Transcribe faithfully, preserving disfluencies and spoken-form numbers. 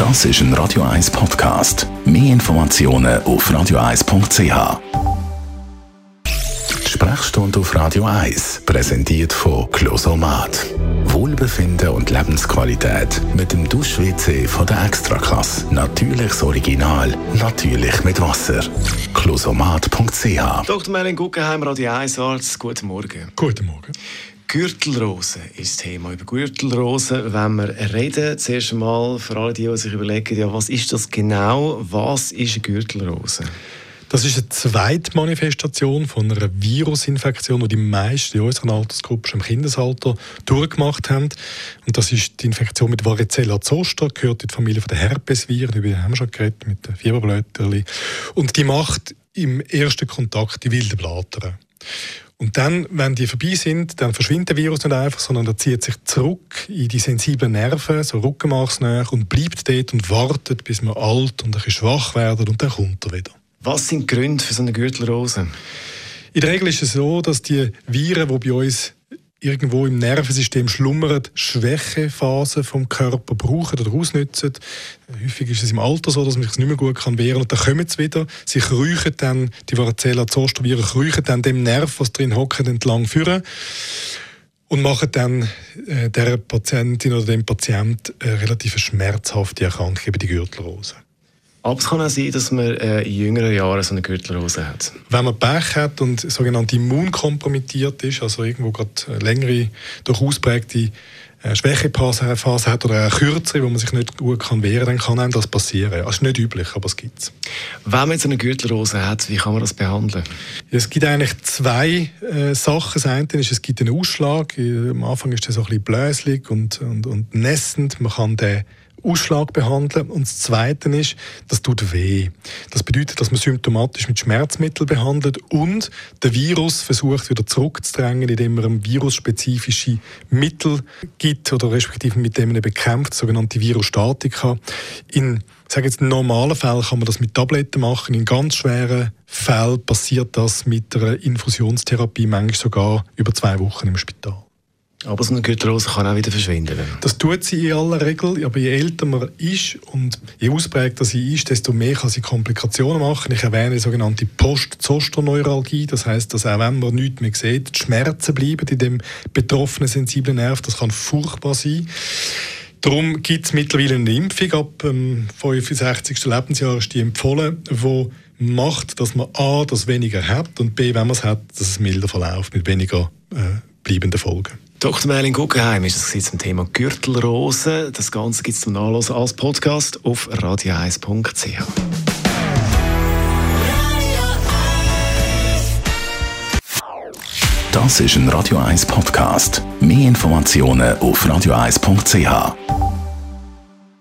Das ist ein Radio eins Podcast. Mehr Informationen auf radio eins punkt c h. Die Sprechstunde auf Radio eins, präsentiert von Closomat. Wohlbefinden und Lebensqualität mit dem Dusch-W C von der Extraklasse. Natürliches Original, natürlich mit Wasser. closomat punkt c h. Doktor Merlin Guggenheim, Radio eins Arzt, guten Morgen. Guten Morgen. Gürtelrose ist das Thema. Über Gürtelrose wenn wir reden. Zuerst einmal für alle die, die sich überlegen, ja, was ist das genau? Was ist eine Gürtelrose? Das ist eine zweite Manifestation von einer Virusinfektion, die die meisten in unserer Altersgruppe schon im Kindesalter durchgemacht haben. Und das ist die Infektion mit Varicella zoster, gehört in die Familie der Herpesviren, über die haben wir schon geredet, mit den Fieberblätterchen. Und die macht im ersten Kontakt die wilden Blattern. Und dann, wenn die vorbei sind, dann verschwindet der Virus nicht einfach, sondern er zieht sich zurück in die sensiblen Nerven, so Rückenmarksnähe, und bleibt dort und wartet, bis wir alt und ein bisschen schwach werden, und dann kommt er wieder. Was sind die Gründe für so eine Gürtelrose? In der Regel ist es so, dass die Viren, die bei uns irgendwo im Nervensystem schlummern, Schwächephasen vom Körper brauchen oder ausnutzen. Häufig ist es im Alter so, dass man sich nicht mehr gut kann wehren kann. Und dann kommen sie wieder. Sie kriechen dann, die Varicella zoster Viren kriechen dann dem Nerv, was drin hockt, entlang führen und machen dann äh, der Patientin oder dem Patienten eine relativ schmerzhafte Erkrankung, eben die Gürtelrose. Aber es kann auch sein, dass man äh, in jüngeren Jahren so eine Gürtelrose hat. Wenn man Pech hat und sogenannte immunkompromittiert ist, also irgendwo gerade längere, durch ausprägte äh, Schwächephase hat oder eine kürzere, wo man sich nicht gut kann wehren kann, dann kann einem das passieren. Also, es ist nicht üblich, aber es gibt es. Wenn man jetzt eine Gürtelrose hat, wie kann man das behandeln? Es gibt eigentlich zwei äh, Sachen. Das eine ist, es gibt einen Ausschlag. Am Anfang ist der so ein bisschen bläselig und, und, und nässend. Man kann den Ausschlag behandeln. Und das Zweite ist, das tut weh. Das bedeutet, dass man symptomatisch mit Schmerzmitteln behandelt und der Virus versucht wieder zurückzudrängen, indem man einem virusspezifische Mittel gibt oder respektive mit dem man bekämpft, sogenannte Virostatika. In sage jetzt, in normalen Fällen kann man das mit Tabletten machen. In ganz schweren Fällen passiert das mit einer Infusionstherapie, manchmal sogar über zwei Wochen im Spital. Aber so eine Gürtelrose kann auch wieder verschwinden. Das tut sie in aller Regel, aber je älter man ist und je ausprägter sie ist, desto mehr kann sie Komplikationen machen. Ich erwähne die sogenannte Post-Zoster-Neuralgie. Das heisst, dass auch wenn man nichts mehr sieht, die Schmerzen bleiben in dem betroffenen sensiblen Nerv. Das kann furchtbar sein. Darum gibt es mittlerweile eine Impfung. Ab dem fünfundsechzigsten Lebensjahr ist die empfohlen, die macht, dass man A, das weniger hat und B, wenn man es hat, dass es milder verläuft mit weniger äh, bleibenden Folgen. Doktor Merlin Guggenheim ist das zum Thema Gürtelrose. Das Ganze gibt es zum Nachlesen als Podcast auf radio eins punkt c h. Das ist ein Radio eins Podcast. Mehr Informationen auf radio eins punkt c h.